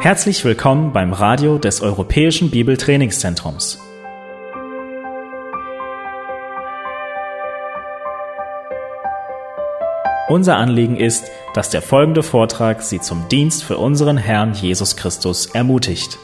Herzlich willkommen beim Radio des Europäischen Bibeltrainingszentrums. Unser Anliegen ist, dass der folgende Vortrag Sie zum Dienst für unseren Herrn Jesus Christus ermutigt.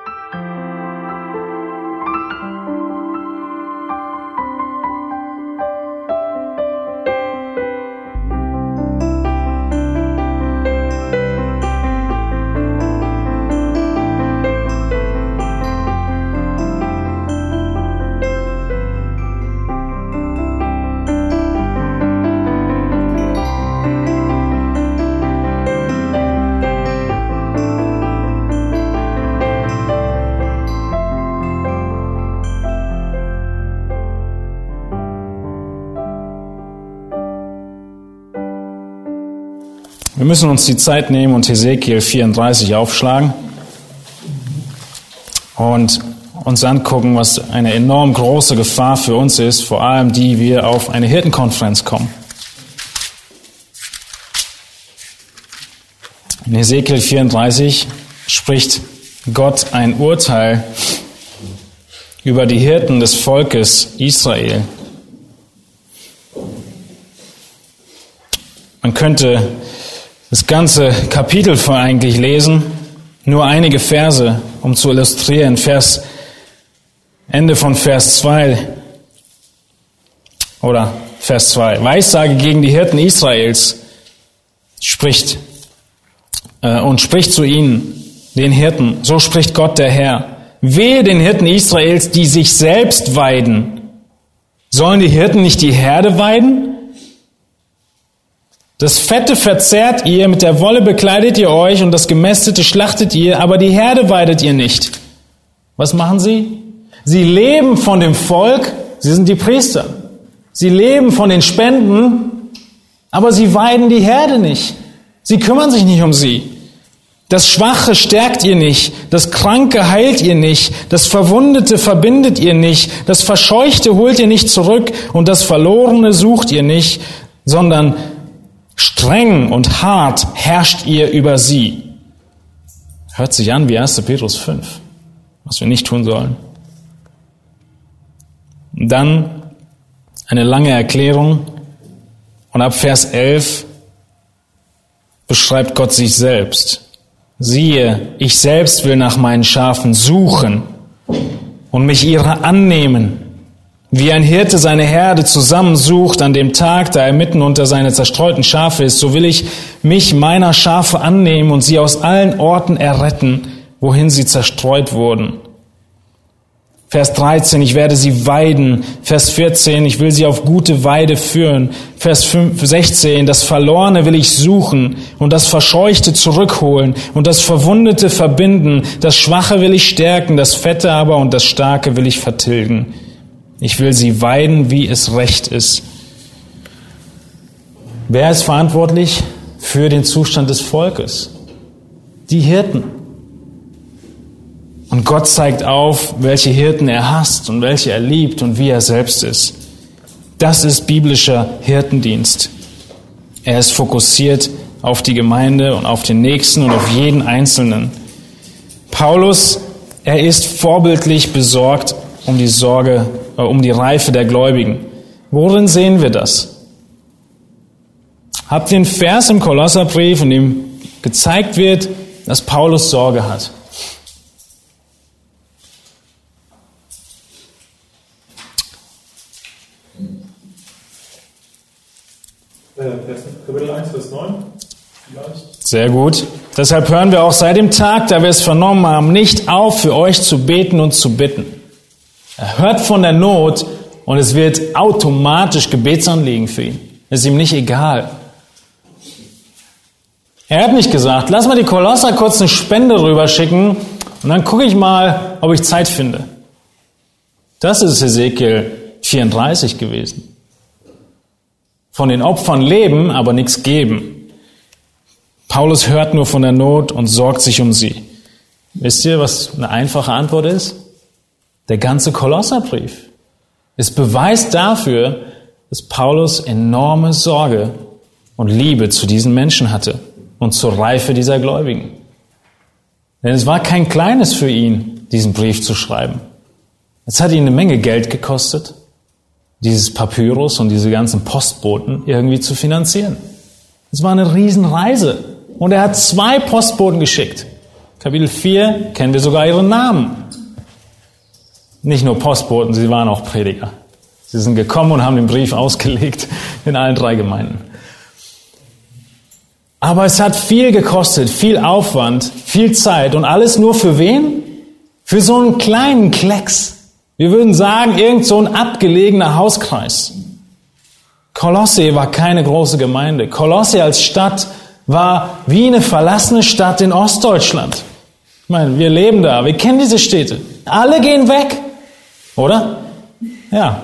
Wir müssen uns die Zeit nehmen und Hesekiel 34 aufschlagen und uns angucken, was eine enorm große Gefahr für uns ist, vor allem die wir auf eine Hirtenkonferenz kommen. In Hesekiel 34 spricht Gott ein Urteil über die Hirten des Volkes Israel. Man könnte das ganze Kapitel eigentlich lesen, nur einige Verse, um zu illustrieren. Ende von Vers 2 oder Vers 2. Weissage gegen die Hirten Israels spricht zu ihnen, den Hirten. So spricht Gott der Herr. Wehe den Hirten Israels, die sich selbst weiden. Sollen die Hirten nicht die Herde weiden? Das Fette verzehrt ihr, mit der Wolle bekleidet ihr euch und das Gemästete schlachtet ihr, aber die Herde weidet ihr nicht. Was machen sie? Sie leben von dem Volk, sie sind die Priester. Sie leben von den Spenden, aber sie weiden die Herde nicht. Sie kümmern sich nicht um sie. Das Schwache stärkt ihr nicht, das Kranke heilt ihr nicht, das Verwundete verbindet ihr nicht, das Verscheuchte holt ihr nicht zurück und das Verlorene sucht ihr nicht, sondern streng und hart herrscht ihr über sie. Hört sich an wie 1. Petrus 5, was wir nicht tun sollen. Und dann eine lange Erklärung und ab Vers 11 beschreibt Gott sich selbst. Siehe, ich selbst will nach meinen Schafen suchen und mich ihrer annehmen. Wie ein Hirte seine Herde zusammensucht an dem Tag, da er mitten unter seine zerstreuten Schafe ist, so will ich mich meiner Schafe annehmen und sie aus allen Orten erretten, wohin sie zerstreut wurden. Vers 13, ich werde sie weiden. Vers 14, ich will sie auf gute Weide führen. Vers 16, das Verlorene will ich suchen und das Verscheuchte zurückholen und das Verwundete verbinden. Das Schwache will ich stärken, das Fette aber und das Starke will ich vertilgen. Ich will sie weiden, wie es recht ist. Wer ist verantwortlich für den Zustand des Volkes? Die Hirten. Und Gott zeigt auf, welche Hirten er hasst und welche er liebt und wie er selbst ist. Das ist biblischer Hirtendienst. Er ist fokussiert auf die Gemeinde und auf den Nächsten und auf jeden Einzelnen. Paulus, er ist vorbildlich besorgt um die Reife der Gläubigen. Worin sehen wir das? Habt ihr einen Vers im Kolosserbrief, in dem gezeigt wird, dass Paulus Sorge hat? Kapitel 1, Vers 9 vielleicht. Sehr gut. Deshalb hören wir auch seit dem Tag, da wir es vernommen haben, nicht auf, für euch zu beten und zu bitten. Er hört von der Not und es wird automatisch Gebetsanliegen für ihn. Es ist ihm nicht egal. Er hat nicht gesagt, lass mal die Kolosser kurz eine Spende rüberschicken und dann gucke ich mal, ob ich Zeit finde. Das ist Hesekiel 34 gewesen. Von den Opfern leben, aber nichts geben. Paulus hört nur von der Not und sorgt sich um sie. Wisst ihr, was eine einfache Antwort ist? Der ganze Kolosserbrief ist Beweis dafür, dass Paulus enorme Sorge und Liebe zu diesen Menschen hatte und zur Reife dieser Gläubigen. Denn es war kein kleines für ihn, diesen Brief zu schreiben. Es hat ihn eine Menge Geld gekostet, dieses Papyrus und diese ganzen Postboten irgendwie zu finanzieren. Es war eine Riesenreise. Und er hat 2 Postboten geschickt. Kapitel 4 kennen wir sogar ihre Namen. Nicht nur Postboten, sie waren auch Prediger. Sie sind gekommen und haben den Brief ausgelegt in allen 3 Gemeinden. Aber es hat viel gekostet, viel Aufwand, viel Zeit und alles nur für wen? Für so einen kleinen Klecks. Wir würden sagen, irgend so ein abgelegener Hauskreis. Kolosse war keine große Gemeinde. Kolosse als Stadt war wie eine verlassene Stadt in Ostdeutschland. Ich meine, wir leben da, wir kennen diese Städte. Alle gehen weg, oder? Ja.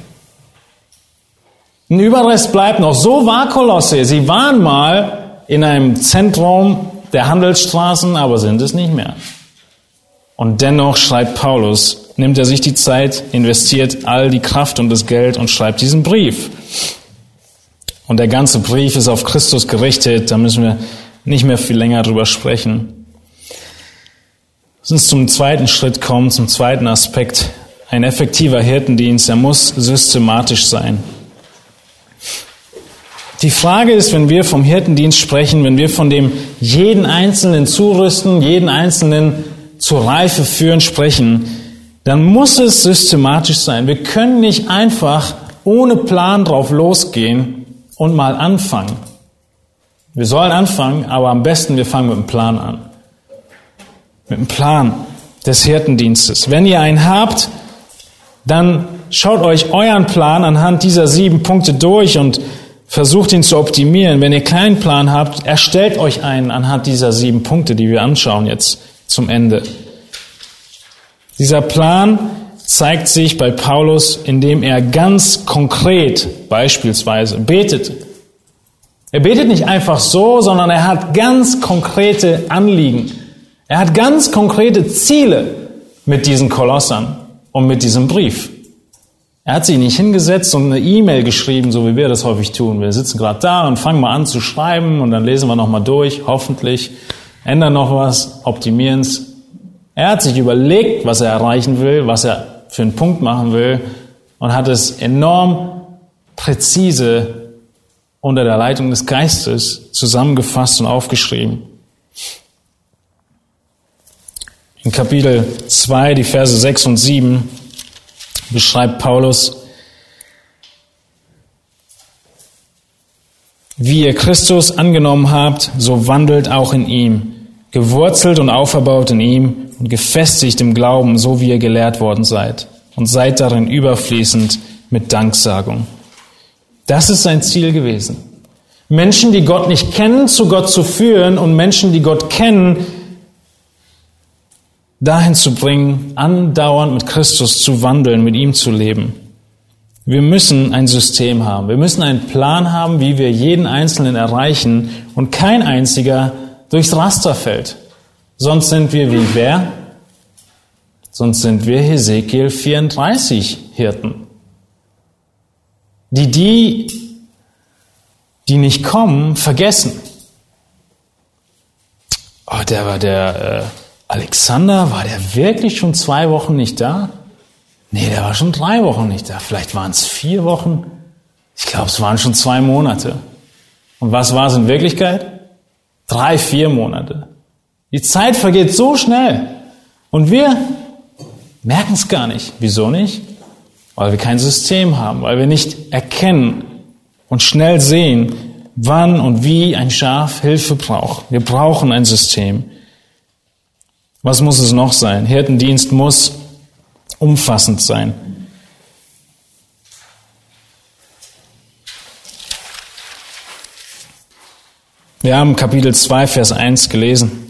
Ein Überrest bleibt noch. So war Kolosse. Sie waren mal in einem Zentrum der Handelsstraßen, aber sind es nicht mehr. Und dennoch schreibt Paulus, nimmt er sich die Zeit, investiert all die Kraft und das Geld und schreibt diesen Brief. Und der ganze Brief ist auf Christus gerichtet, da müssen wir nicht mehr viel länger drüber sprechen. Lass uns zum zweiten Schritt kommen, zum zweiten Aspekt. Ein effektiver Hirtendienst, er muss systematisch sein. Die Frage ist, wenn wir vom Hirtendienst sprechen, wenn wir von dem jeden Einzelnen zurüsten, jeden Einzelnen zur Reife führen sprechen, dann muss es systematisch sein. Wir können nicht einfach ohne Plan drauf losgehen und mal anfangen. Wir sollen anfangen, aber am besten wir fangen mit einem Plan an. Mit einem Plan des Hirtendienstes. Wenn ihr einen habt, dann schaut euch euren Plan anhand dieser 7 Punkte durch und versucht ihn zu optimieren. Wenn ihr keinen Plan habt, erstellt euch einen anhand dieser 7 Punkte, die wir anschauen jetzt zum Ende. Dieser Plan zeigt sich bei Paulus, indem er ganz konkret beispielsweise betet. Er betet nicht einfach so, sondern er hat ganz konkrete Anliegen. Er hat ganz konkrete Ziele mit diesen Kolossern und mit diesem Brief. Er hat sich nicht hingesetzt und eine E-Mail geschrieben, so wie wir das häufig tun. Wir sitzen gerade da und fangen mal an zu schreiben und dann lesen wir nochmal durch, hoffentlich, ändern noch was, optimieren es. Er hat sich überlegt, was er erreichen will, was er für einen Punkt machen will und hat es enorm präzise unter der Leitung des Geistes zusammengefasst und aufgeschrieben. In Kapitel 2, die Verse 6 und 7 beschreibt Paulus, wie ihr Christus angenommen habt, so wandelt auch in ihm, gewurzelt und auferbaut in ihm und gefestigt im Glauben, so wie ihr gelehrt worden seid, und seid darin überfließend mit Danksagung. Das ist sein Ziel gewesen. Menschen, die Gott nicht kennen, zu Gott zu führen und Menschen, die Gott kennen, dahin zu bringen, andauernd mit Christus zu wandeln, mit ihm zu leben. Wir müssen ein System haben. Wir müssen einen Plan haben, wie wir jeden Einzelnen erreichen und kein einziger durchs Raster fällt. Sonst sind wir wie wer? Sonst sind wir Hesekiel 34 Hirten. Die nicht kommen, vergessen. Oh, Alexander, war der wirklich schon 2 Wochen nicht da? Nee, der war schon 3 Wochen nicht da. Vielleicht waren es 4 Wochen. Ich glaube, es waren schon 2 Monate. Und was war es in Wirklichkeit? 3, 4 Monate. Die Zeit vergeht so schnell. Und wir merken es gar nicht. Wieso nicht? Weil wir kein System haben, weil wir nicht erkennen und schnell sehen, wann und wie ein Schaf Hilfe braucht. Wir brauchen ein System. Was muss es noch sein? Hirtendienst muss umfassend sein. Wir haben Kapitel 2, Vers 1 gelesen.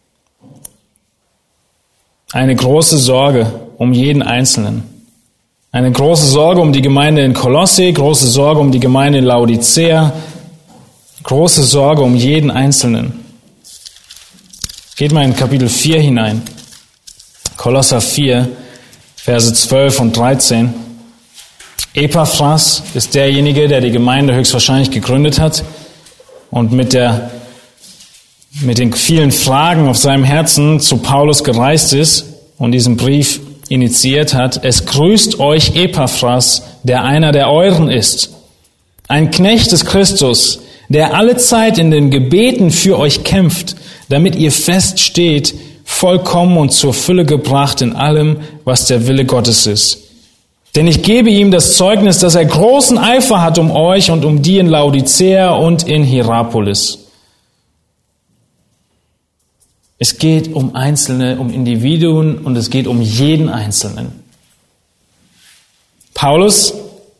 Eine große Sorge um jeden Einzelnen. Eine große Sorge um die Gemeinde in Kolosse, große Sorge um die Gemeinde in Laodicea, große Sorge um jeden Einzelnen. Geht mal in Kapitel 4 hinein. Kolosser 4, Verse 12 und 13. Epaphras ist derjenige, der die Gemeinde höchstwahrscheinlich gegründet hat und mit der mit den vielen Fragen auf seinem Herzen zu Paulus gereist ist und diesen Brief initiiert hat. Es grüßt euch Epaphras, der einer der euren ist, ein Knecht des Christus, der alle Zeit in den Gebeten für euch kämpft, damit ihr fest steht, vollkommen und zur Fülle gebracht in allem, was der Wille Gottes ist. Denn ich gebe ihm das Zeugnis, dass er großen Eifer hat um euch und um die in Laodicea und in Hierapolis. Es geht um Einzelne, um Individuen und es geht um jeden Einzelnen. Paulus,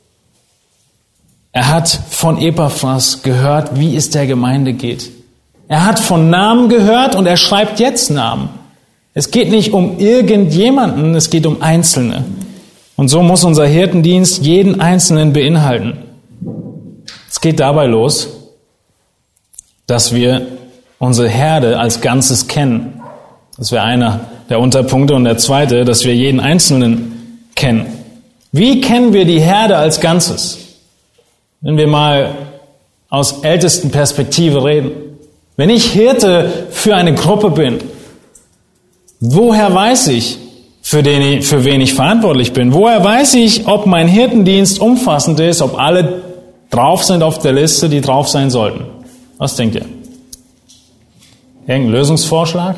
er hat von Epaphras gehört, wie es der Gemeinde geht. Er hat von Namen gehört und er schreibt jetzt Namen. Es geht nicht um irgendjemanden, es geht um Einzelne. Und so muss unser Hirtendienst jeden Einzelnen beinhalten. Es geht dabei los, dass wir unsere Herde als Ganzes kennen. Das wäre einer der Unterpunkte. Und der zweite, dass wir jeden Einzelnen kennen. Wie kennen wir die Herde als Ganzes? Wenn wir mal aus ältesten Perspektive reden. Wenn ich Hirte für eine Gruppe bin, woher weiß ich, für wen ich verantwortlich bin? Woher weiß ich, ob mein Hirtendienst umfassend ist, ob alle drauf sind auf der Liste, die drauf sein sollten? Was denkt ihr? Irgendein Lösungsvorschlag?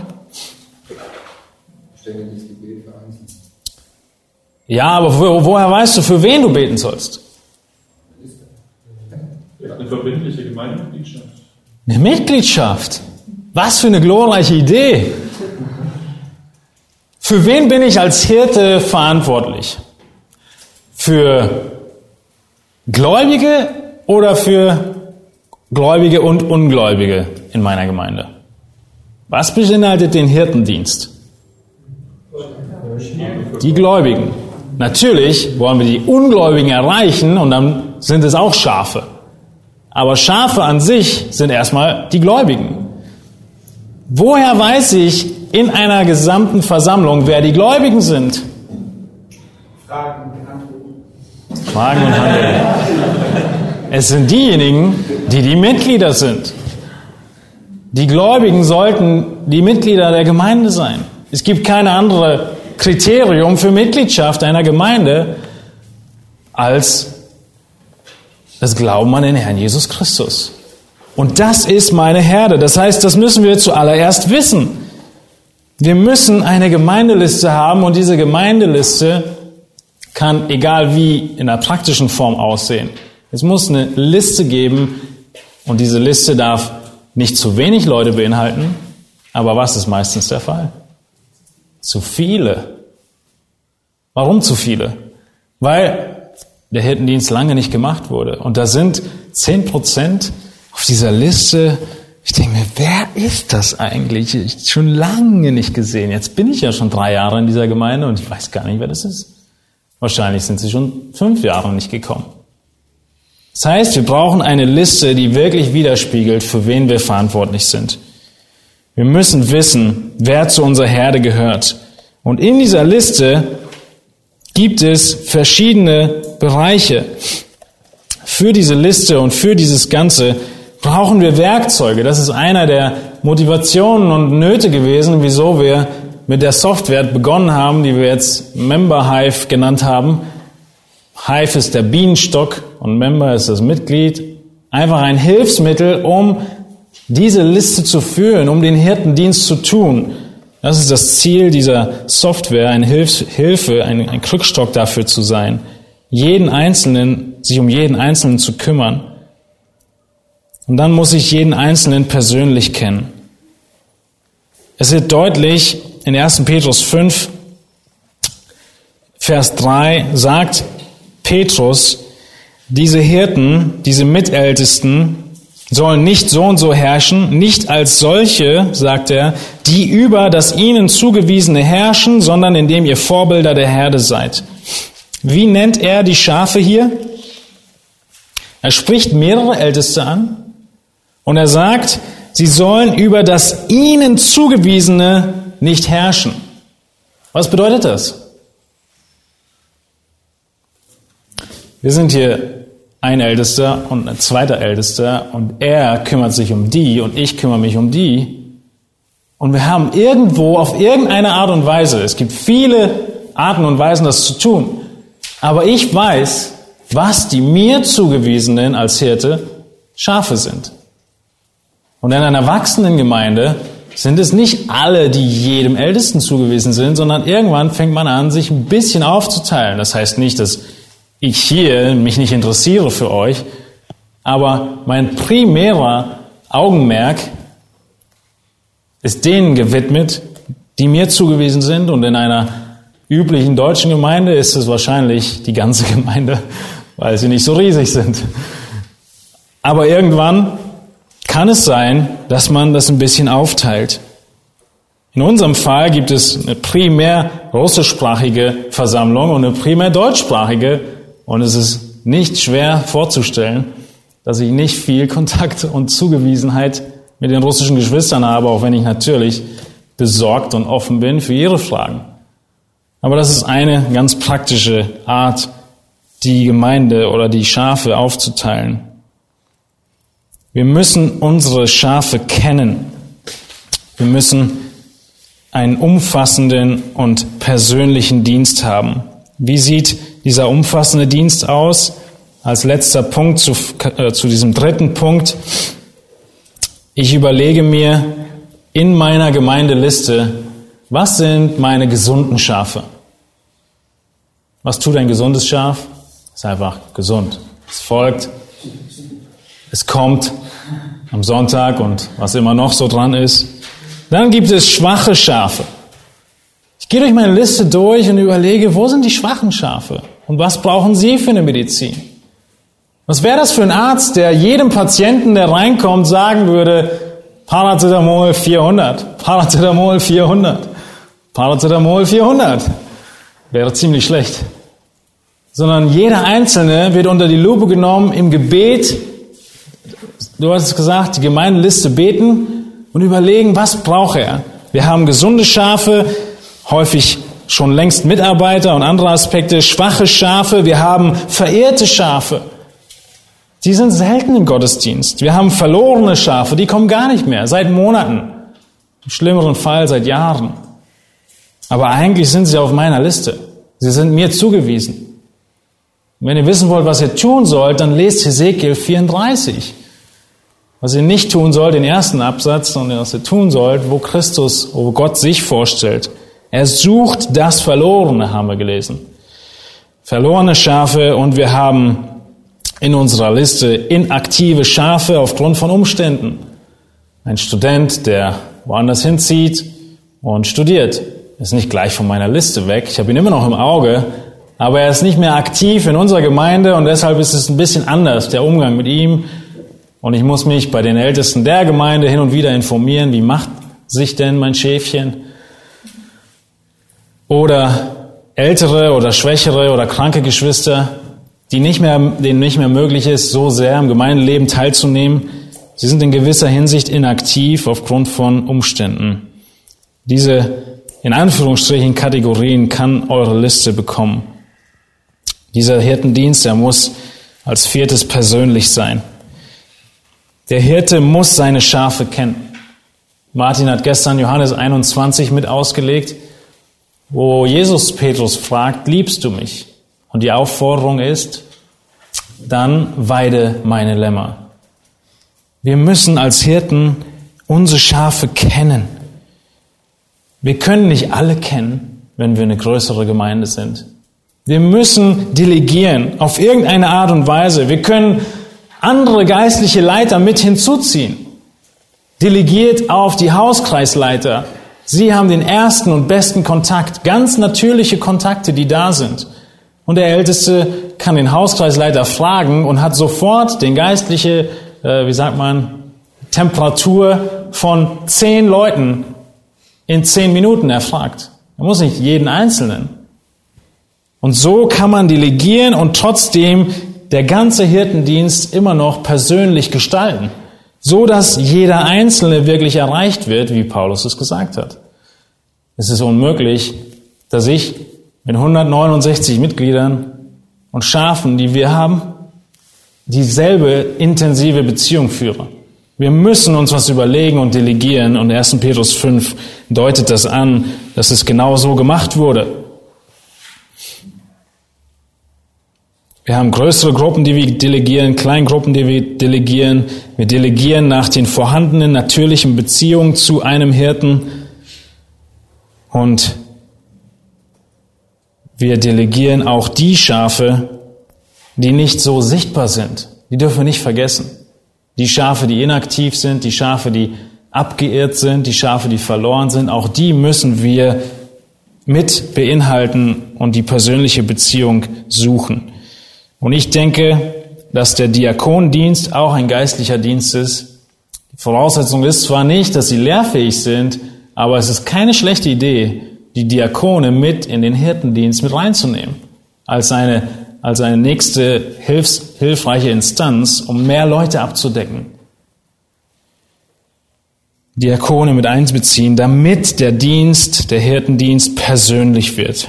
Stelle das Gebet für Einzelne. Ja, aber woher weißt du, für wen du beten sollst? Eine verbindliche Gemeindemitgliedschaft. Eine Mitgliedschaft. Was für eine glorreiche Idee. Für wen bin ich als Hirte verantwortlich? Für Gläubige oder für Gläubige und Ungläubige in meiner Gemeinde? Was beinhaltet den Hirtendienst? Die Gläubigen. Natürlich wollen wir die Ungläubigen erreichen und dann sind es auch Schafe. Aber Schafe an sich sind erstmal die Gläubigen. Woher weiß ich in einer gesamten Versammlung, wer die Gläubigen sind? Fragen und Antworten. Fragen und Antworten. Es sind diejenigen, die Mitglieder sind. Die Gläubigen sollten die Mitglieder der Gemeinde sein. Es gibt kein anderes Kriterium für Mitgliedschaft einer Gemeinde als das Glauben an den Herrn Jesus Christus. Und das ist meine Herde. Das heißt, das müssen wir zuallererst wissen. Wir müssen eine Gemeindeliste haben und diese Gemeindeliste kann, egal wie, in der praktischen Form aussehen. Es muss eine Liste geben und diese Liste darf nicht zu wenig Leute beinhalten, aber was ist meistens der Fall? Zu viele. Warum zu viele? Weil der Hirtendienst lange nicht gemacht wurde. Und da sind 10% auf dieser Liste. Ich denke mir, wer ist das eigentlich? Ich schon lange nicht gesehen. Jetzt bin ich ja schon 3 Jahre in dieser Gemeinde und ich weiß gar nicht, wer das ist. Wahrscheinlich sind sie schon 5 Jahre nicht gekommen. Das heißt, wir brauchen eine Liste, die wirklich widerspiegelt, für wen wir verantwortlich sind. Wir müssen wissen, wer zu unserer Herde gehört. Und in dieser Liste gibt es verschiedene Bereiche. Für diese Liste und für dieses Ganze brauchen wir Werkzeuge. Das ist einer der Motivationen und Nöte gewesen, wieso wir mit der Software begonnen haben, die wir jetzt Member Hive genannt haben. Hive ist der Bienenstock und Member ist das Mitglied. Einfach ein Hilfsmittel, um diese Liste zu führen, um den Hirtendienst zu tun. Das ist das Ziel dieser Software, eine Hilfe, ein Krückstock dafür zu sein, sich um jeden Einzelnen zu kümmern. Und dann muss ich jeden Einzelnen persönlich kennen. Es wird deutlich, in 1. Petrus 5, Vers 3 sagt Petrus, diese Hirten, diese Mitältesten sollen nicht so und so herrschen, nicht als solche, sagt er, die über das ihnen zugewiesene herrschen, sondern indem ihr Vorbilder der Herde seid. Wie nennt er die Schafe hier? Er spricht mehrere Älteste an und er sagt, sie sollen über das ihnen zugewiesene nicht herrschen. Was bedeutet das? Wir sind hier ein Ältester und ein zweiter Ältester und er kümmert sich um die und ich kümmere mich um die. Und wir haben irgendwo, auf irgendeine Art und Weise, es gibt viele Arten und Weisen, das zu tun, aber ich weiß, was die mir zugewiesenen als Hirte Schafe sind. Und in einer wachsenden Gemeinde sind es nicht alle, die jedem Ältesten zugewiesen sind, sondern irgendwann fängt man an, sich ein bisschen aufzuteilen. Das heißt nicht, dass ich hier mich nicht interessiere für euch, aber mein primärer Augenmerk ist denen gewidmet, die mir zugewiesen sind. Und in einer üblichen deutschen Gemeinde ist es wahrscheinlich die ganze Gemeinde, weil sie nicht so riesig sind. Aber irgendwann kann es sein, dass man das ein bisschen aufteilt. In unserem Fall gibt es eine primär russischsprachige Versammlung und eine primär deutschsprachige. Und es ist nicht schwer vorzustellen, dass ich nicht viel Kontakt und Zugewiesenheit mit den russischen Geschwistern habe, auch wenn ich natürlich besorgt und offen bin für ihre Fragen. Aber das ist eine ganz praktische Art, die Gemeinde oder die Schafe aufzuteilen. Wir müssen unsere Schafe kennen. Wir müssen einen umfassenden und persönlichen Dienst haben. Wie sieht dieser umfassende Dienst aus? Als letzter Punkt zu diesem dritten Punkt. Ich überlege mir in meiner Gemeindeliste, was sind meine gesunden Schafe? Was tut ein gesundes Schaf? Es ist einfach gesund. Es folgt, es kommt am Sonntag und was immer noch so dran ist. Dann gibt es schwache Schafe. Ich gehe durch meine Liste durch und überlege, wo sind die schwachen Schafe? Und was brauchen sie für eine Medizin? Was wäre das für ein Arzt, der jedem Patienten, der reinkommt, sagen würde, Paracetamol 400, Paracetamol 400, Paracetamol 400. Wäre ziemlich schlecht. Sondern jeder Einzelne wird unter die Lupe genommen, im Gebet, du hast es gesagt, die Gemeindeliste beten und überlegen, was braucht er? Wir haben gesunde Schafe, häufig schon längst Mitarbeiter und andere Aspekte, schwache Schafe, wir haben verehrte Schafe. Die sind selten im Gottesdienst. Wir haben verlorene Schafe, die kommen gar nicht mehr, seit Monaten. Im schlimmeren Fall seit Jahren. Aber eigentlich sind sie auf meiner Liste. Sie sind mir zugewiesen. Und wenn ihr wissen wollt, was ihr tun sollt, dann lest Hesekiel 34. Was ihr nicht tun sollt, den ersten Absatz, sondern was ihr tun sollt, wo Gott sich vorstellt. Er sucht das Verlorene, haben wir gelesen. Verlorene Schafe, und wir haben in unserer Liste inaktive Schafe aufgrund von Umständen. Ein Student, der woanders hinzieht und studiert, ist nicht gleich von meiner Liste weg. Ich habe ihn immer noch im Auge, aber er ist nicht mehr aktiv in unserer Gemeinde und deshalb ist es ein bisschen anders, der Umgang mit ihm. Und ich muss mich bei den Ältesten der Gemeinde hin und wieder informieren, wie macht sich denn mein Schäfchen? Oder ältere oder schwächere oder kranke Geschwister, denen nicht mehr möglich ist, so sehr am Gemeindeleben teilzunehmen. Sie sind in gewisser Hinsicht inaktiv aufgrund von Umständen. Diese, in Anführungsstrichen, Kategorien kann eure Liste bekommen. Dieser Hirtendienst, der muss als viertes persönlich sein. Der Hirte muss seine Schafe kennen. Martin hat gestern Johannes 21 mit ausgelegt, wo Jesus Petrus fragt, liebst du mich? Und die Aufforderung ist, dann weide meine Lämmer. Wir müssen als Hirten unsere Schafe kennen. Wir können nicht alle kennen, wenn wir eine größere Gemeinde sind. Wir müssen delegieren, auf irgendeine Art und Weise. Wir können andere geistliche Leiter mit hinzuziehen. Delegiert auf die Hauskreisleiter. Sie haben den ersten und besten Kontakt, ganz natürliche Kontakte, die da sind. Und der Älteste kann den Hauskreisleiter fragen und hat sofort den geistliche, Temperatur von 10 Leuten in 10 Minuten erfragt. Er muss nicht jeden Einzelnen. Und so kann man delegieren und trotzdem der ganze Hirtendienst immer noch persönlich gestalten, so dass jeder Einzelne wirklich erreicht wird, wie Paulus es gesagt hat. Es ist unmöglich, dass ich mit 169 Mitgliedern und Schafen, die wir haben, dieselbe intensive Beziehung führe. Wir müssen uns was überlegen und delegieren. Und 1. Petrus 5 deutet das an, dass es genau so gemacht wurde. Wir haben größere Gruppen, die wir delegieren, Kleingruppen, die wir delegieren. Wir delegieren nach den vorhandenen natürlichen Beziehungen zu einem Hirten. Und wir delegieren auch die Schafe, die nicht so sichtbar sind. Die dürfen wir nicht vergessen. Die Schafe, die inaktiv sind, die Schafe, die abgeirrt sind, die Schafe, die verloren sind, auch die müssen wir mit beinhalten und die persönliche Beziehung suchen. Und ich denke, dass der Diakonendienst auch ein geistlicher Dienst ist. Die Voraussetzung ist zwar nicht, dass sie lehrfähig sind, aber es ist keine schlechte Idee, die Diakone mit in den Hirtendienst mit reinzunehmen, als eine nächste hilfreiche Instanz, um mehr Leute abzudecken. Diakone mit einbeziehen, damit der Hirtendienst persönlich wird.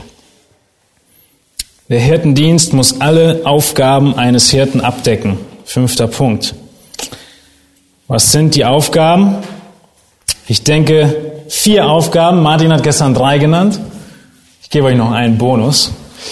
Der Hirtendienst muss alle Aufgaben eines Hirten abdecken. 5. Punkt. Was sind die Aufgaben? Ich denke, 4 Aufgaben. Martin hat gestern 3 genannt. Ich gebe euch noch einen Bonus.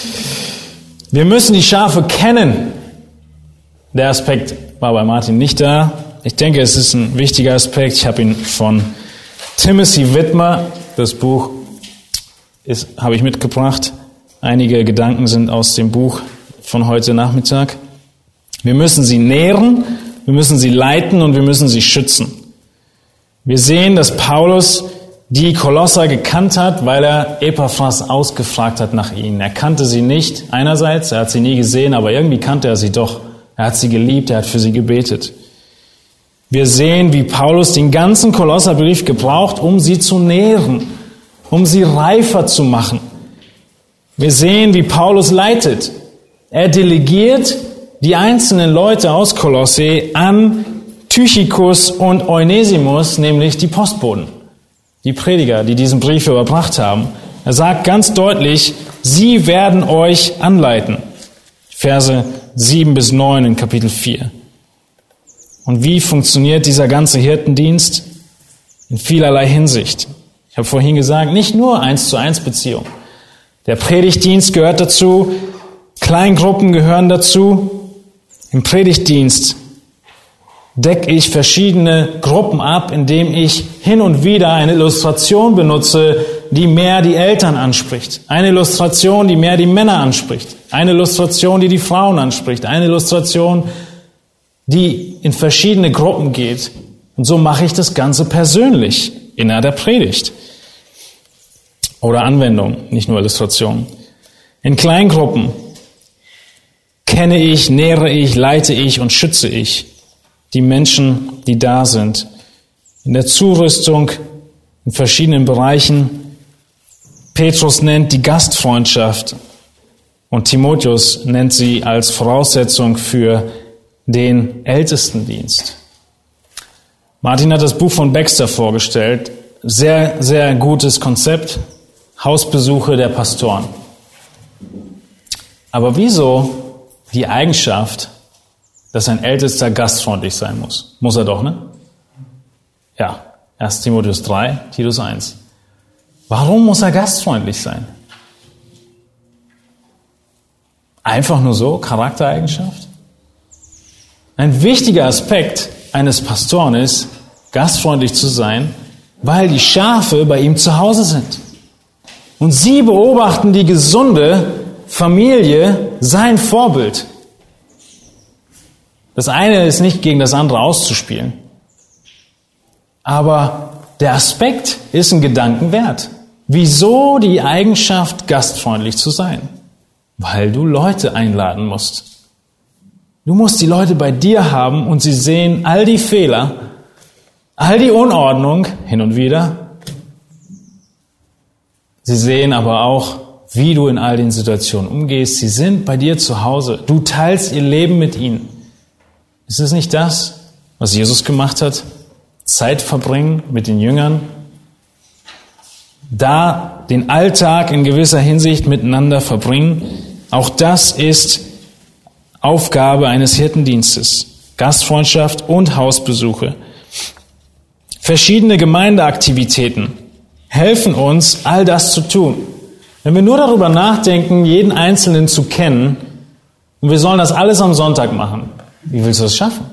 Wir müssen die Schafe kennen. Der Aspekt war bei Martin nicht da. Ich denke, es ist ein wichtiger Aspekt. Ich habe ihn von Timothy Whitmer, das Buch habe ich mitgebracht. Einige Gedanken sind aus dem Buch von heute Nachmittag. Wir müssen sie nähren, wir müssen sie leiten und wir müssen sie schützen. Wir sehen, dass Paulus die Kolosser gekannt hat, weil er Epaphras ausgefragt hat nach ihnen. Er kannte sie nicht einerseits, er hat sie nie gesehen, aber irgendwie kannte er sie doch. Er hat sie geliebt, er hat für sie gebetet. Wir sehen, wie Paulus den ganzen Kolosserbrief gebraucht, um sie zu nähren, um sie reifer zu machen. Wir sehen, wie Paulus leitet. Er delegiert die einzelnen Leute aus Kolosse an Tychikus und Onesimus, nämlich die Postboten, die Prediger, die diesen Brief überbracht haben. Er sagt ganz deutlich, sie werden euch anleiten. Verse 7 bis 9 in Kapitel 4. Und wie funktioniert dieser ganze Hirtendienst? In vielerlei Hinsicht. Ich habe vorhin gesagt, nicht nur 1:1 Beziehung. Der Predigtdienst gehört dazu, Kleingruppen gehören dazu. Im Predigtdienst decke ich verschiedene Gruppen ab, indem ich hin und wieder eine Illustration benutze, die mehr die Eltern anspricht. Eine Illustration, die mehr die Männer anspricht. Eine Illustration, die die Frauen anspricht. Eine Illustration, die in verschiedene Gruppen geht. Und so mache ich das Ganze persönlich innerhalb der Predigt. Oder Anwendung, nicht nur Illustration. In Kleingruppen kenne ich, nähere ich, leite ich und schütze ich die Menschen, die da sind. In der Zurüstung, in verschiedenen Bereichen. Petrus nennt die Gastfreundschaft und Timotheus nennt sie als Voraussetzung für den Ältestendienst. Martin hat das Buch von Baxter vorgestellt. Sehr, sehr gutes Konzept. Hausbesuche der Pastoren. Aber wieso die Eigenschaft, dass ein Ältester gastfreundlich sein muss? Muss er doch, ne? Ja, 1. Timotheus 3, Titus 1. Warum muss er gastfreundlich sein? Einfach nur so, Charaktereigenschaft? Ein wichtiger Aspekt eines Pastoren ist, gastfreundlich zu sein, weil die Schafe bei ihm zu Hause sind. Und sie beobachten die gesunde Familie, sein Vorbild. Das eine ist nicht gegen das andere auszuspielen. Aber der Aspekt ist ein Gedanken wert. Wieso die Eigenschaft, gastfreundlich zu sein? Weil du Leute einladen musst. Du musst die Leute bei dir haben und sie sehen all die Fehler, all die Unordnung hin und wieder. Sie sehen aber auch, wie du in all den Situationen umgehst. Sie sind bei dir zu Hause. Du teilst ihr Leben mit ihnen. Ist es nicht das, was Jesus gemacht hat? Zeit verbringen mit den Jüngern. Da den Alltag in gewisser Hinsicht miteinander verbringen. Auch das ist Aufgabe eines Hirtendienstes. Gastfreundschaft und Hausbesuche. Verschiedene Gemeindeaktivitäten helfen uns, all das zu tun. Wenn wir nur darüber nachdenken, jeden Einzelnen zu kennen, und wir sollen das alles am Sonntag machen, wie willst du das schaffen?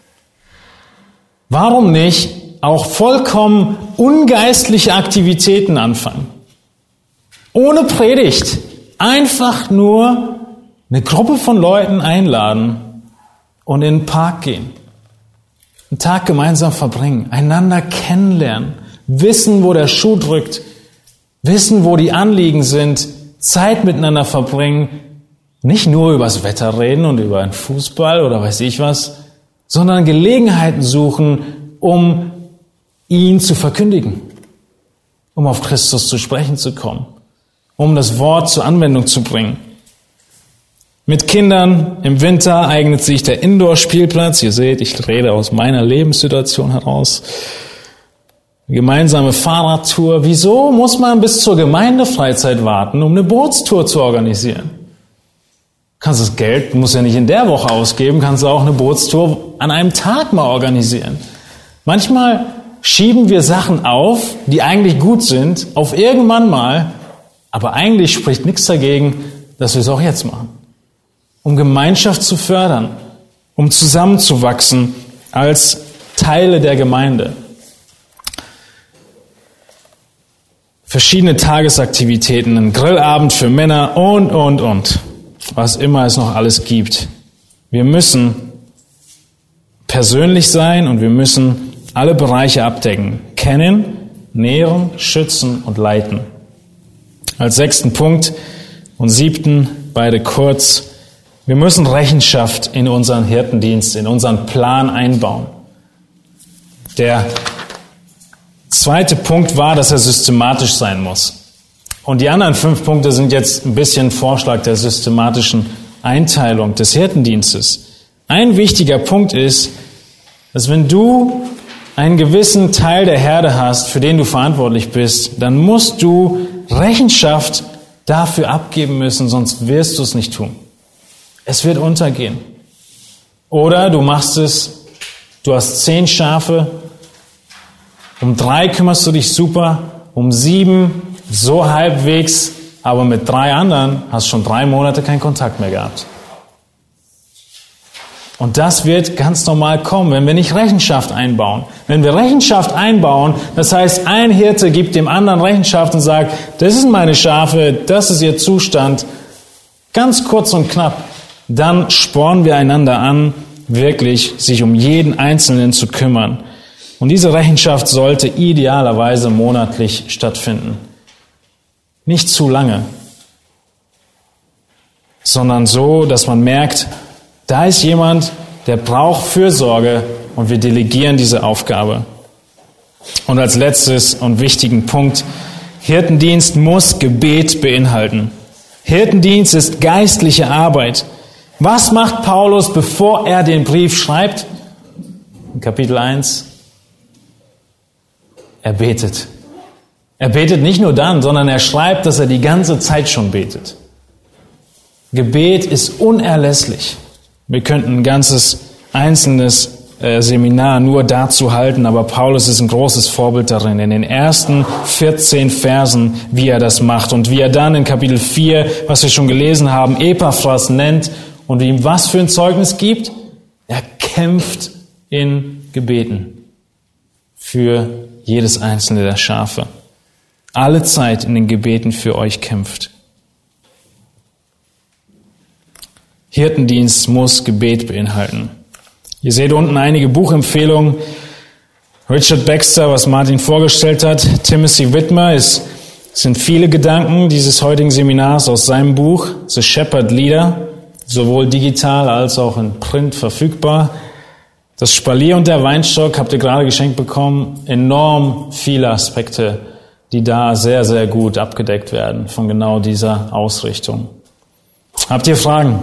Warum nicht auch vollkommen ungeistliche Aktivitäten anfangen? Ohne Predigt. Einfach nur eine Gruppe von Leuten einladen und in den Park gehen. Einen Tag gemeinsam verbringen, einander kennenlernen, wissen, wo der Schuh drückt, wissen, wo die Anliegen sind, Zeit miteinander verbringen, nicht nur über das Wetter reden und über den Fußball oder weiß ich was, sondern Gelegenheiten suchen, um ihn zu verkündigen, um auf Christus zu sprechen zu kommen, um das Wort zur Anwendung zu bringen. Mit Kindern im Winter eignet sich der Indoor-Spielplatz. Ihr seht, ich rede aus meiner Lebenssituation heraus. Eine gemeinsame Fahrradtour. Wieso muss man bis zur Gemeindefreizeit warten, um eine Bootstour zu organisieren? Kannst das Geld, musst ja nicht in der Woche ausgeben, kannst du auch eine Bootstour an einem Tag mal organisieren. Manchmal schieben wir Sachen auf, die eigentlich gut sind, auf irgendwann mal, aber eigentlich spricht nichts dagegen, dass wir es auch jetzt machen. Um Gemeinschaft zu fördern, um zusammenzuwachsen als Teile der Gemeinde. Verschiedene Tagesaktivitäten, ein Grillabend für Männer und. Was immer es noch alles gibt. Wir müssen persönlich sein und wir müssen alle Bereiche abdecken. Kennen, nähren, schützen und leiten. Als 6. Punkt und 7, beide kurz. Wir müssen Rechenschaft in unseren Hirtendienst, in unseren Plan einbauen. Der 2. Punkt war, dass er systematisch sein muss. Und die anderen 5 Punkte sind jetzt ein bisschen Vorschlag der systematischen Einteilung des Hirtendienstes. Ein wichtiger Punkt ist, dass wenn du einen gewissen Teil der Herde hast, für den du verantwortlich bist, dann musst du Rechenschaft dafür abgeben müssen, sonst wirst du es nicht tun. Es wird untergehen. Oder du machst es, du hast 10 Schafe, um 3 kümmerst du dich super, um 7 so halbwegs, aber mit 3 anderen hast du schon 3 Monate keinen Kontakt mehr gehabt. Und das wird ganz normal kommen, wenn wir nicht Rechenschaft einbauen. Wenn wir Rechenschaft einbauen, das heißt, ein Hirte gibt dem anderen Rechenschaft und sagt, das sind meine Schafe, das ist ihr Zustand, ganz kurz und knapp, dann spornen wir einander an, wirklich sich um jeden Einzelnen zu kümmern. Und diese Rechenschaft sollte idealerweise monatlich stattfinden. Nicht zu lange, sondern so, dass man merkt, da ist jemand, der braucht Fürsorge und wir delegieren diese Aufgabe. Und als letztes und wichtigen Punkt, Hirtendienst muss Gebet beinhalten. Hirtendienst ist geistliche Arbeit. Was macht Paulus, bevor er den Brief schreibt? In Kapitel 1. Er betet. Er betet nicht nur dann, sondern er schreibt, dass er die ganze Zeit schon betet. Gebet ist unerlässlich. Wir könnten ein ganzes einzelnes Seminar nur dazu halten, aber Paulus ist ein großes Vorbild darin, in den ersten 14 Versen, wie er das macht und wie er dann in Kapitel 4, was wir schon gelesen haben, Epaphras nennt und ihm was für ein Zeugnis gibt. Er kämpft in Gebeten für jedes einzelne der Schafe. Alle Zeit in den Gebeten für euch kämpft. Hirtendienst muss Gebet beinhalten. Ihr seht unten einige Buchempfehlungen. Richard Baxter, was Martin vorgestellt hat. Timothy Whitmer, es sind viele Gedanken dieses heutigen Seminars aus seinem Buch The Shepherd Leader, sowohl digital als auch in Print verfügbar. Das Spalier und der Weinstock habt ihr gerade geschenkt bekommen. Enorm viele Aspekte, die da sehr, sehr gut abgedeckt werden von genau dieser Ausrichtung. Habt ihr Fragen?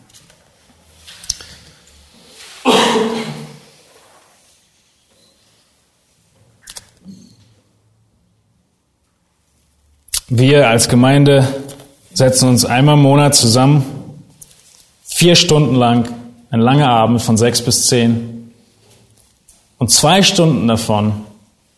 Wir als Gemeinde setzen uns einmal im Monat zusammen, 4 Stunden lang, ein langer Abend von 6 bis 10. Und 2 Stunden davon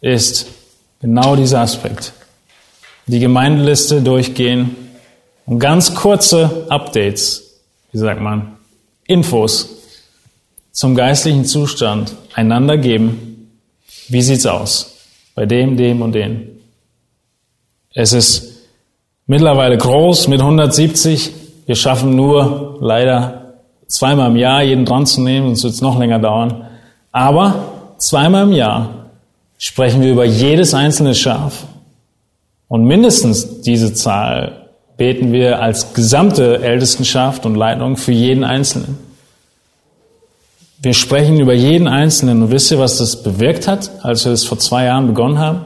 ist genau dieser Aspekt. Die Gemeindeliste durchgehen und ganz kurze Updates, wie sagt man, Infos zum geistlichen Zustand einander geben. Wie sieht's aus? Bei dem, dem und dem. Es ist mittlerweile groß mit 170. Wir schaffen nur leider 2-mal im Jahr jeden dran zu nehmen, sonst wird es noch länger dauern. Aber 2-mal im Jahr sprechen wir über jedes einzelne Schaf. Und mindestens diese Zahl beten wir als gesamte Ältestenschaft und Leitung für jeden Einzelnen. Wir sprechen über jeden Einzelnen. Und wisst ihr, was das bewirkt hat, als wir das vor 2 Jahren begonnen haben?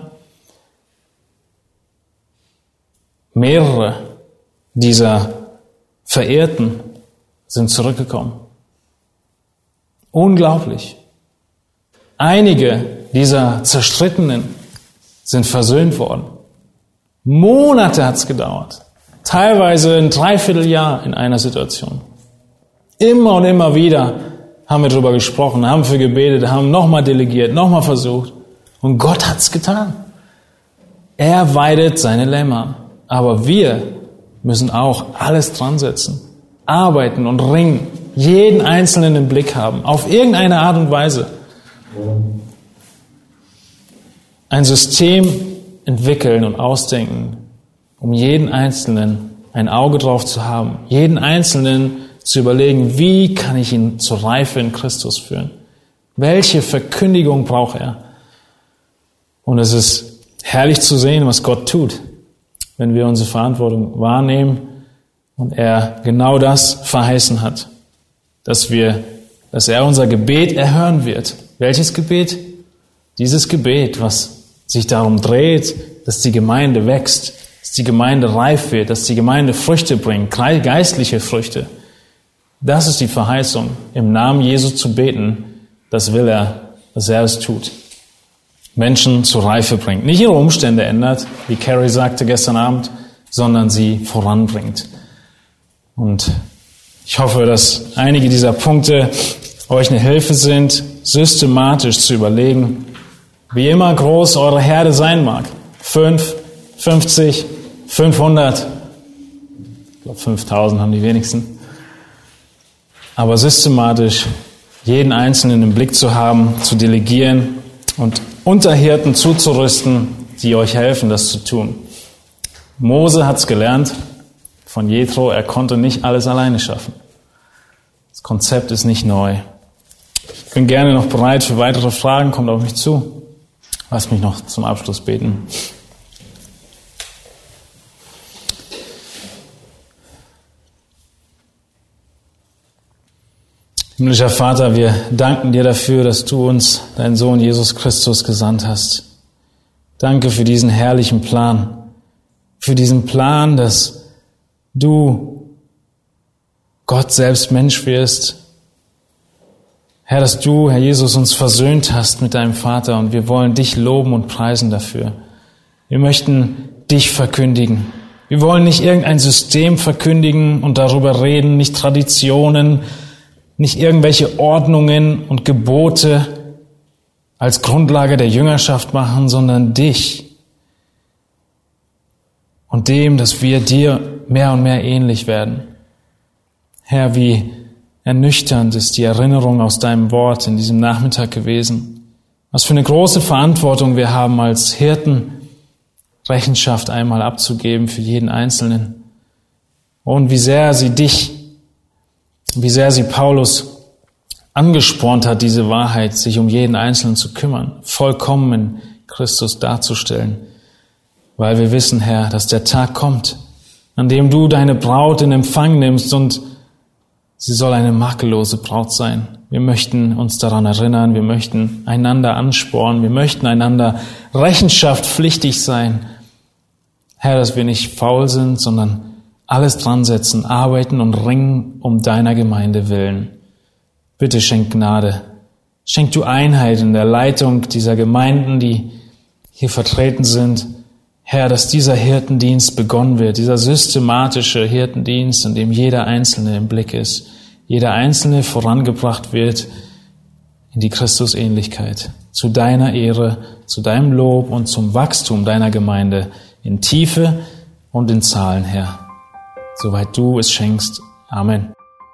Mehrere dieser Verehrten sind zurückgekommen. Unglaublich. Einige dieser Zerstrittenen sind versöhnt worden. Monate hat es gedauert. Teilweise ein Dreivierteljahr in einer Situation. Immer und immer wieder haben wir darüber gesprochen, haben für gebetet, haben nochmal delegiert, nochmal versucht. Und Gott hat's getan. Er weidet seine Lämmer. Aber wir müssen auch alles dran setzen. Arbeiten und ringen. Jeden Einzelnen im Blick haben. Auf irgendeine Art und Weise. Ein System entwickeln und ausdenken, um jeden Einzelnen ein Auge drauf zu haben. Jeden Einzelnen zu überlegen, wie kann ich ihn zur Reife in Christus führen? Welche Verkündigung braucht er? Und es ist herrlich zu sehen, was Gott tut, wenn wir unsere Verantwortung wahrnehmen und er genau das verheißen hat, dass er unser Gebet erhören wird. Welches Gebet? Dieses Gebet, was sich darum dreht, dass die Gemeinde wächst, dass die Gemeinde reif wird, dass die Gemeinde Früchte bringt, geistliche Früchte. Das ist die Verheißung, im Namen Jesu zu beten. Das will er, dass er es tut. Menschen zur Reife bringt. Nicht ihre Umstände ändert, wie Carrie sagte gestern Abend, sondern sie voranbringt. Und ich hoffe, dass einige dieser Punkte euch eine Hilfe sind, systematisch zu überlegen, wie immer groß eure Herde sein mag. 5, 50, 500. Ich glaube, 5000 haben die wenigsten. Aber systematisch jeden Einzelnen im Blick zu haben, zu delegieren und Unterhirten zuzurüsten, die euch helfen, das zu tun. Mose hat es gelernt von Jethro, er konnte nicht alles alleine schaffen. Das Konzept ist nicht neu. Ich bin gerne noch bereit für weitere Fragen, kommt auf mich zu. Lasst mich noch zum Abschluss beten. Himmlischer Vater, wir danken dir dafür, dass du uns, deinen Sohn Jesus Christus, gesandt hast. Danke für diesen herrlichen Plan. Für diesen Plan, dass du Gott selbst Mensch wirst. Herr, dass du, Herr Jesus, uns versöhnt hast mit deinem Vater und wir wollen dich loben und preisen dafür. Wir möchten dich verkündigen. Wir wollen nicht irgendein System verkündigen und darüber reden, nicht Traditionen, nicht irgendwelche Ordnungen und Gebote als Grundlage der Jüngerschaft machen, sondern dich und dem, dass wir dir mehr und mehr ähnlich werden. Herr, wie ernüchternd ist die Erinnerung aus deinem Wort in diesem Nachmittag gewesen. Was für eine große Verantwortung wir haben als Hirten, Rechenschaft einmal abzugeben für jeden Einzelnen. Und wie sehr sie Paulus angespornt hat, diese Wahrheit, sich um jeden Einzelnen zu kümmern, vollkommen in Christus darzustellen. Weil wir wissen, Herr, dass der Tag kommt, an dem du deine Braut in Empfang nimmst und sie soll eine makellose Braut sein. Wir möchten uns daran erinnern, wir möchten einander anspornen, wir möchten einander rechenschaftspflichtig sein. Herr, dass wir nicht faul sind, sondern alles dran setzen, arbeiten und ringen um deiner Gemeinde willen. Bitte schenk Gnade. Schenk du Einheit in der Leitung dieser Gemeinden, die hier vertreten sind. Herr, dass dieser Hirtendienst begonnen wird, dieser systematische Hirtendienst, in dem jeder Einzelne im Blick ist, jeder Einzelne vorangebracht wird in die Christusähnlichkeit, zu deiner Ehre, zu deinem Lob und zum Wachstum deiner Gemeinde in Tiefe und in Zahlen, Herr, soweit du es schenkst. Amen.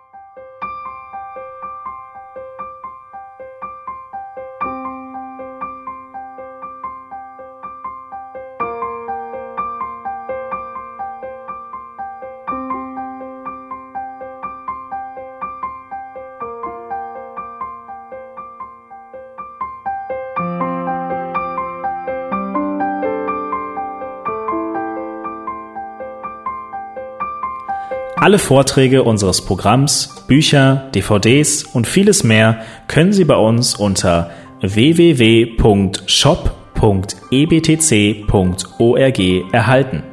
Alle Vorträge unseres Programms, Bücher, DVDs und vieles mehr können Sie bei uns unter www.shop.ebtc.org erhalten.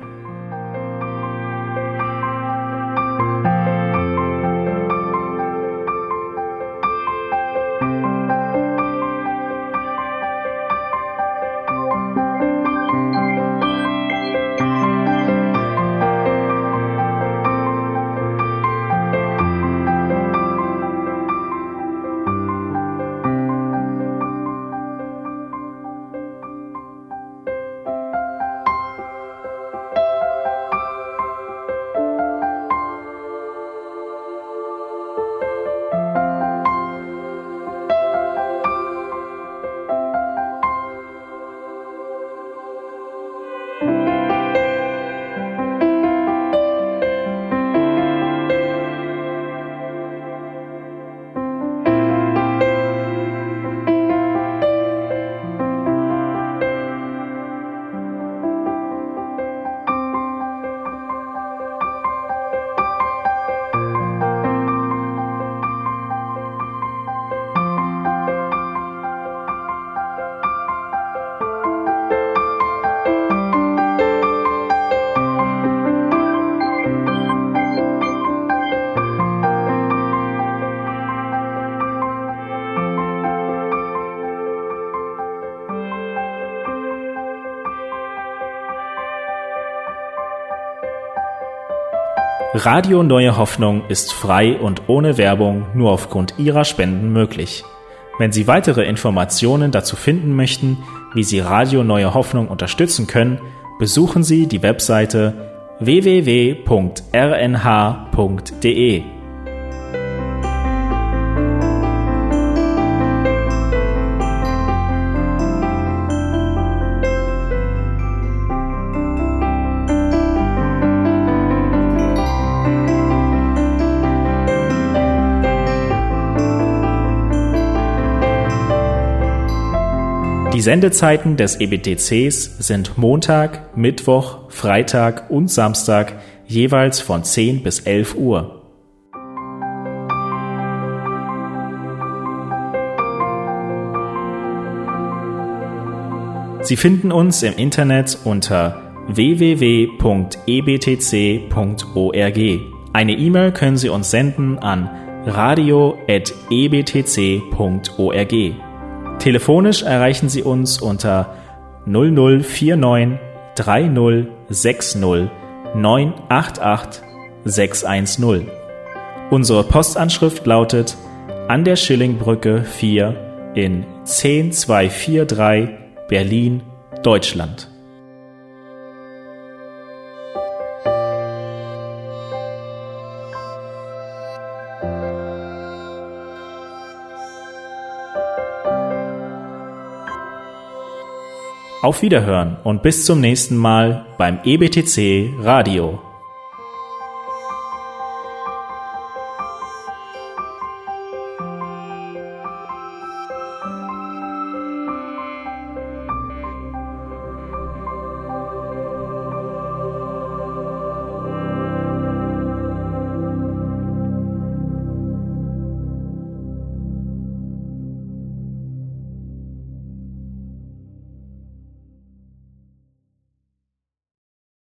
Radio Neue Hoffnung ist frei und ohne Werbung nur aufgrund Ihrer Spenden möglich. Wenn Sie weitere Informationen dazu finden möchten, wie Sie Radio Neue Hoffnung unterstützen können, besuchen Sie die Webseite www.rnh.de. Die Sendezeiten des EBTCs sind Montag, Mittwoch, Freitag und Samstag jeweils von 10 bis 11 Uhr. Sie finden uns im Internet unter www.ebtc.org. Eine E-Mail können Sie uns senden an radio@ebtc.org. Telefonisch erreichen Sie uns unter 0049 3060 988 610. Unsere Postanschrift lautet an der Schillingbrücke 4 in 10243 Berlin, Deutschland. Auf Wiederhören und bis zum nächsten Mal beim EBTC Radio.